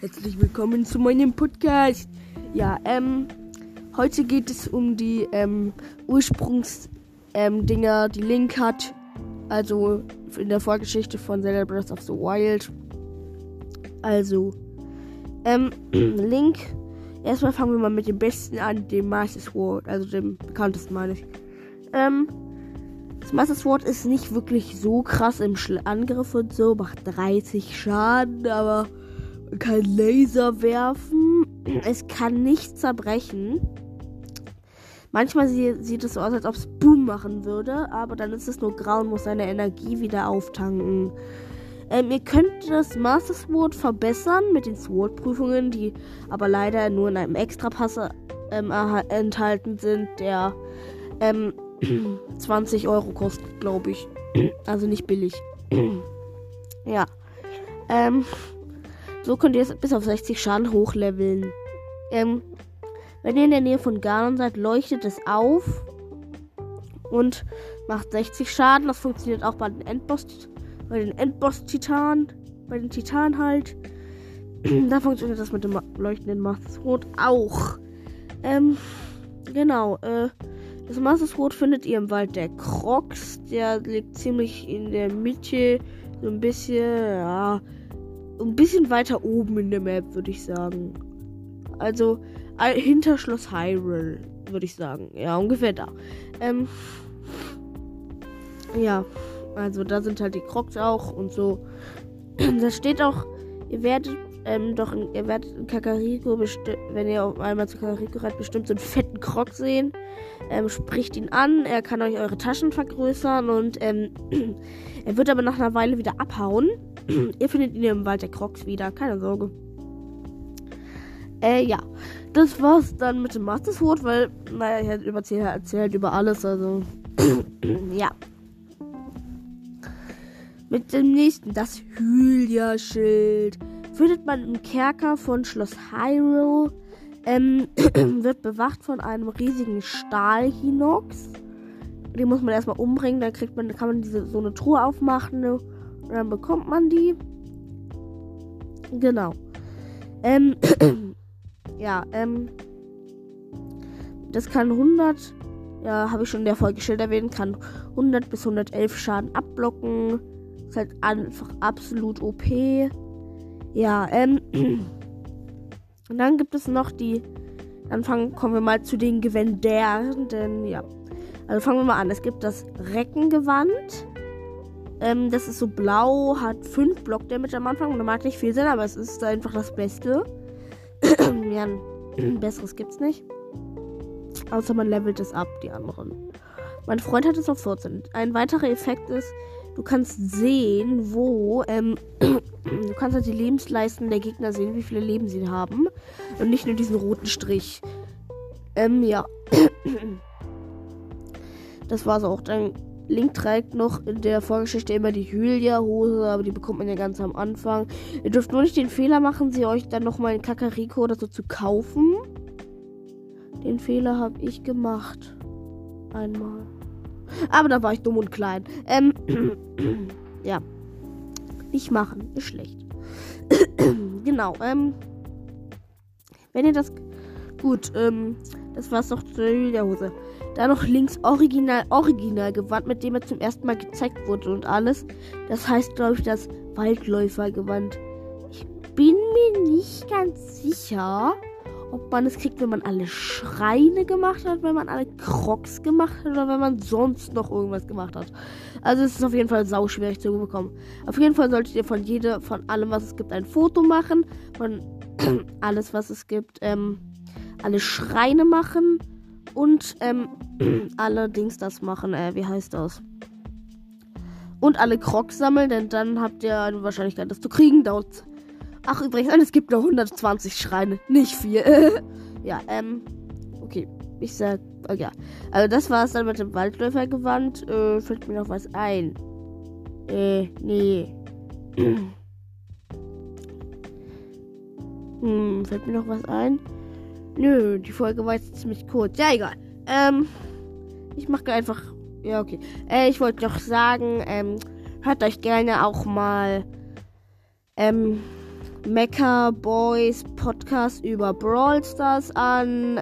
Herzlich willkommen zu meinem Podcast. Ja, heute geht es um die Ursprungsdinger, die Link hat. Also in der Vorgeschichte von Zelda Breath of the Wild. Also, Link. Erstmal fangen wir mal mit dem besten an, dem Master Sword, also dem bekanntesten, meine ich. Das Master Sword ist nicht wirklich so krass im Angriff und so, macht 30 Schaden, aber man kann Laser werfen. Es kann nicht zerbrechen. Manchmal sieht es so aus, als ob es Boom machen würde, aber dann ist es nur grau und muss seine Energie wieder auftanken. Ihr könnt das Master Sword verbessern mit den Sword-Prüfungen, die aber leider nur in einem Extra-Pass enthalten sind, der 20 Euro kostet, glaube ich. Also nicht billig. Ja. So könnt ihr es bis auf 60 Schaden hochleveln. Wenn ihr in der Nähe von Ganon seid, leuchtet es auf und macht 60 Schaden. Das funktioniert auch bei den Endboss-Titanen, bei den Titanen halt. Da funktioniert das mit dem leuchtenden Master Sword auch. Genau, das Master Sword findet ihr im Wald der Crocs. Der liegt ziemlich in der Mitte, so ein bisschen weiter oben in der Map, würde ich sagen. Also hinter Schloss Hyrule, würde ich sagen. Ja, ungefähr da. Ja, also da sind halt die Crocs auch und so. Da steht auch, ihr werdet in Kakariko wenn ihr einmal zu Kakariko reitet, bestimmt so einen fetten Croc sehen. Spricht ihn an, er kann euch eure Taschen vergrößern und er wird aber nach einer Weile wieder abhauen. Ihr findet ihn im Wald der Crocs wieder, keine Sorge. Ja, das war's dann mit dem Master Sword, weil, ich erzählt über alles, also, ja. Mit dem nächsten, das Hylia-Schild. Findet man im Kerker von Schloss Hyrule. Wird bewacht von einem riesigen Stahl-Hinox. Den muss man erstmal umbringen, dann kann man so eine Truhe aufmachen, und dann bekommt man die. Genau. Ja, das kann 100, ja, habe ich schon in der Folge erwähnt, kann 100 bis 111 Schaden abblocken. Ist halt einfach absolut OP. Ja, und dann gibt es noch kommen wir mal zu den Gewändern, denn ja. Also fangen wir mal an. Es gibt das Reckengewand. Das ist so blau, hat 5 Block-Damage am Anfang. Und da mag nicht viel sein, aber es ist einfach das Beste. Ja, ein besseres gibt's nicht. Außer man levelt es ab, die anderen. Mein Freund hat es auf 14. Ein weiterer Effekt ist, du kannst sehen, wo, du kannst halt die Lebensleisten der Gegner sehen, wie viele Leben sie haben. Und nicht nur diesen roten Strich. Ja. Das war's auch. Dann Link trägt noch in der Vorgeschichte immer die Hylia-Hose, aber die bekommt man ja ganz am Anfang. Ihr dürft nur nicht den Fehler machen, sie euch dann nochmal in Kakariko oder so zu kaufen. Den Fehler habe ich gemacht. Einmal. Aber da war ich dumm und klein. Ja. Nicht machen. Ist schlecht. Genau. Wenn ihr das... Gut, das war's doch zur Hylia-Hose. Da noch links Original Gewand, mit dem er zum ersten Mal gezeigt wurde und alles. Das heißt, glaube ich, das Waldläufergewand. Ich bin mir nicht ganz sicher, ob man es kriegt, wenn man alle Schreine gemacht hat, wenn man alle Crocs gemacht hat oder wenn man sonst noch irgendwas gemacht hat. Also es ist auf jeden Fall sauschwierig zu bekommen. Auf jeden Fall solltet ihr von allem, was es gibt, ein Foto machen. Von alles, was es gibt, alle Schreine machen. Und allerdings das machen, wie heißt das? Und alle Crocs sammeln, denn dann habt ihr eine Wahrscheinlichkeit, das zu kriegen. Dauert. Ach, übrigens, es gibt nur 120 Schreine, nicht viel. Ja, okay. Ich sag, ja. Also das war's dann mit dem Waldläufergewand. Fällt mir noch was ein? Nee. Fällt mir noch was ein? Nö, die Folge war jetzt ziemlich kurz. Ja, egal. Ich mache einfach... Ja, okay. Ich wollte noch sagen, hört euch gerne auch mal Mecha Boys Podcast über Brawl Stars an.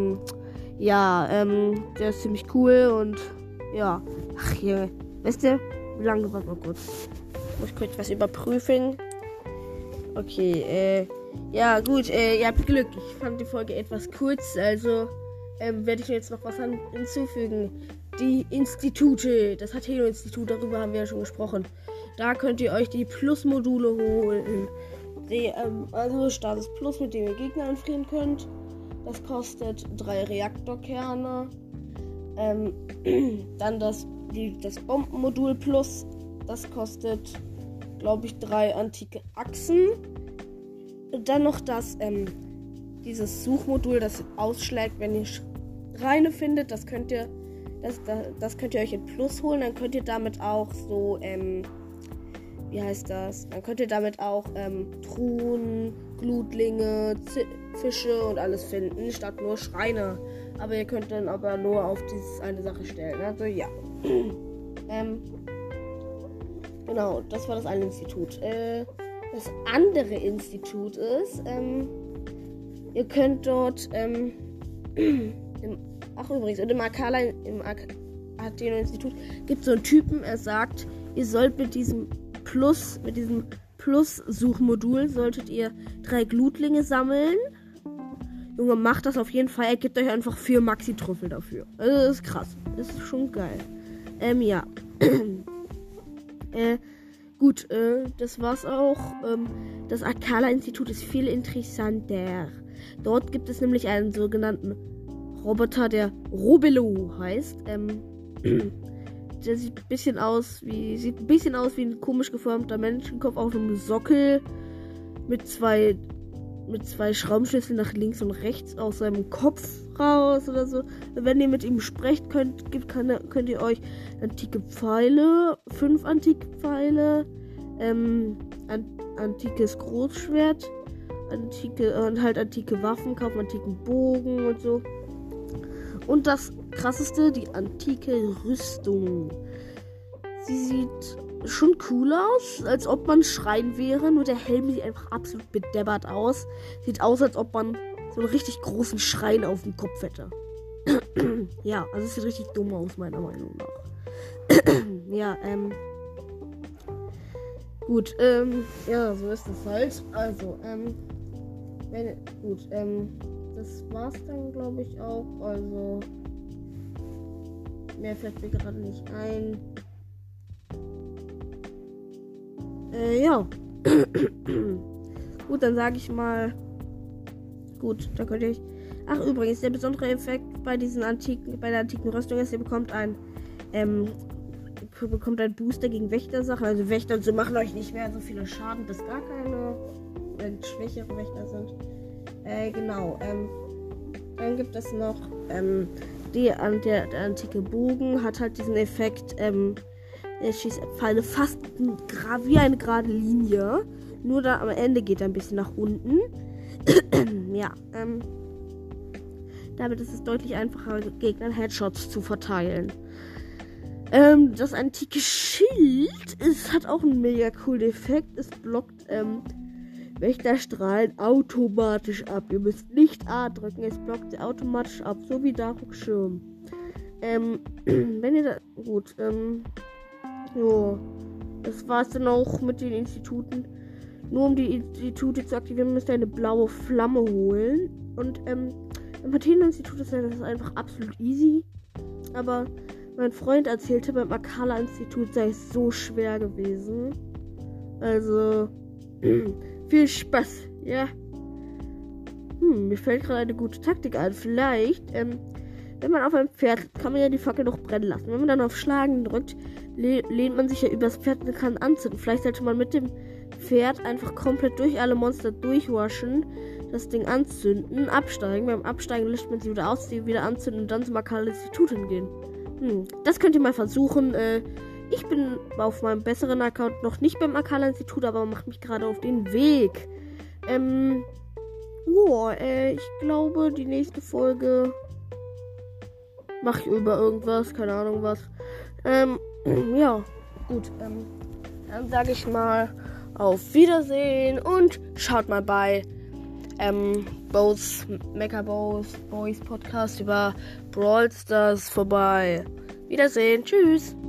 Der ist ziemlich cool und ja. Ach hier, wisst ihr, wie lange war mal kurz? Muss ich kurz was überprüfen. Okay, ja gut, ihr habt Glück. Ich fand die Folge etwas kurz, also werde ich jetzt noch was hinzufügen. Die Institute, das Hateno-Institut, darüber haben wir ja schon gesprochen. Da könnt ihr euch die Plus-Module holen. Also Status Plus, mit dem ihr Gegner anfrieren könnt. Das kostet 3 Reaktorkerne. Dann das Bombenmodul Plus. Das kostet, glaube ich, 3 antike Achsen. Und dann noch dieses Suchmodul, das ausschlägt, wenn ihr Schreine findet. Das könnt ihr euch in Plus holen. Dann könnt ihr damit auch so, Dann könnt ihr damit auch Truhen, Glutlinge, Fische und alles finden, statt nur Schreine. Aber ihr könnt dann aber nur auf diese eine Sache stellen. Also ja. Genau, das war das eine Institut. Das andere Institut ist, ihr könnt dort im Hateno-Institut gibt es so einen Typen, er sagt, ihr sollt mit diesem Plus-Suchmodul solltet ihr 3 Glutlinge sammeln. Junge, macht das auf jeden Fall. Er gibt euch einfach 4 Maxi-Trüffel dafür. Also das ist krass. Das ist schon geil. Ja. Gut, das war's auch. Das Akala-Institut ist viel interessanter. Dort gibt es nämlich einen sogenannten Roboter, der Robelo heißt. Der sieht ein bisschen aus wie ein komisch geformter Menschenkopf auf einem Sockel mit zwei Schraubenschlüsseln nach links und rechts aus seinem Kopf raus oder so. Wenn ihr mit ihm sprecht, könnt ihr euch antike Pfeile, 5 antike Pfeile, antikes Großschwert, antike Waffen kaufen, antiken Bogen und so. Und das krasseste, die antike Rüstung. Sie sieht schon cool aus, als ob man Schrein wäre, nur der Helm sieht einfach absolut bedeppert aus. Sieht aus, als ob man so einen richtig großen Schrein auf dem Kopf hätte. Ja, also es sieht richtig dumm aus, meiner Meinung nach. Ja, gut, ja, so ist es halt. Also, das war's dann, glaube ich, auch. Also, mehr fällt mir gerade nicht ein. Ja. Gut, dann sage ich mal. Gut, da könnt ihr euch. Ach, übrigens, der besondere Effekt bei der antiken Rüstung ist, ihr bekommt einen Booster gegen Wächtersachen. Also Wächter und so machen euch nicht mehr so viele Schaden, bis gar keine, wenn schwächere Wächter sind. Genau. Dann gibt es noch der antike Bogen hat halt diesen Effekt, er schießt Pfeile fast wie eine gerade Linie. Nur da am Ende geht er ein bisschen nach unten. Ja, damit ist es deutlich einfacher, Gegnern Headshots zu verteilen. Das antike Schild hat auch einen mega coolen Effekt. Es blockt Wächterstrahlen automatisch ab. Ihr müsst nicht A drücken, es blockt sie automatisch ab, so wie Daruks Schirm. Wenn ihr da. Gut, jo. Das war's dann auch mit den Instituten. Nur um die Institute zu aktivieren, müsst ihr eine blaue Flamme holen. Und im Hateno-Institut ist das einfach absolut easy. Aber mein Freund erzählte, beim Akala-Institut sei es so schwer gewesen. Also, viel Spaß, ja. Mir fällt gerade eine gute Taktik ein. Vielleicht, wenn man auf einem Pferd, kann man ja die Fackel noch brennen lassen. Wenn man dann auf Schlagen drückt, lehnt man sich ja übers Pferd und kann anzünden. Vielleicht sollte man mit dem Pferd einfach komplett durch alle Monster durchwaschen, das Ding anzünden, absteigen. Beim Absteigen löscht man sie wieder aus, sie wieder anzünden und dann zum Akala-Institut hingehen. Das könnt ihr mal versuchen. Ich bin auf meinem besseren Account noch nicht beim Akala-Institut, aber mache mich gerade auf den Weg. Ich glaube, die nächste Folge mache ich über irgendwas, keine Ahnung was. Ja, gut. Dann sage ich mal Auf Wiedersehen und schaut mal bei Mecha Boys Podcast über Brawl Stars vorbei. Wiedersehen. Tschüss.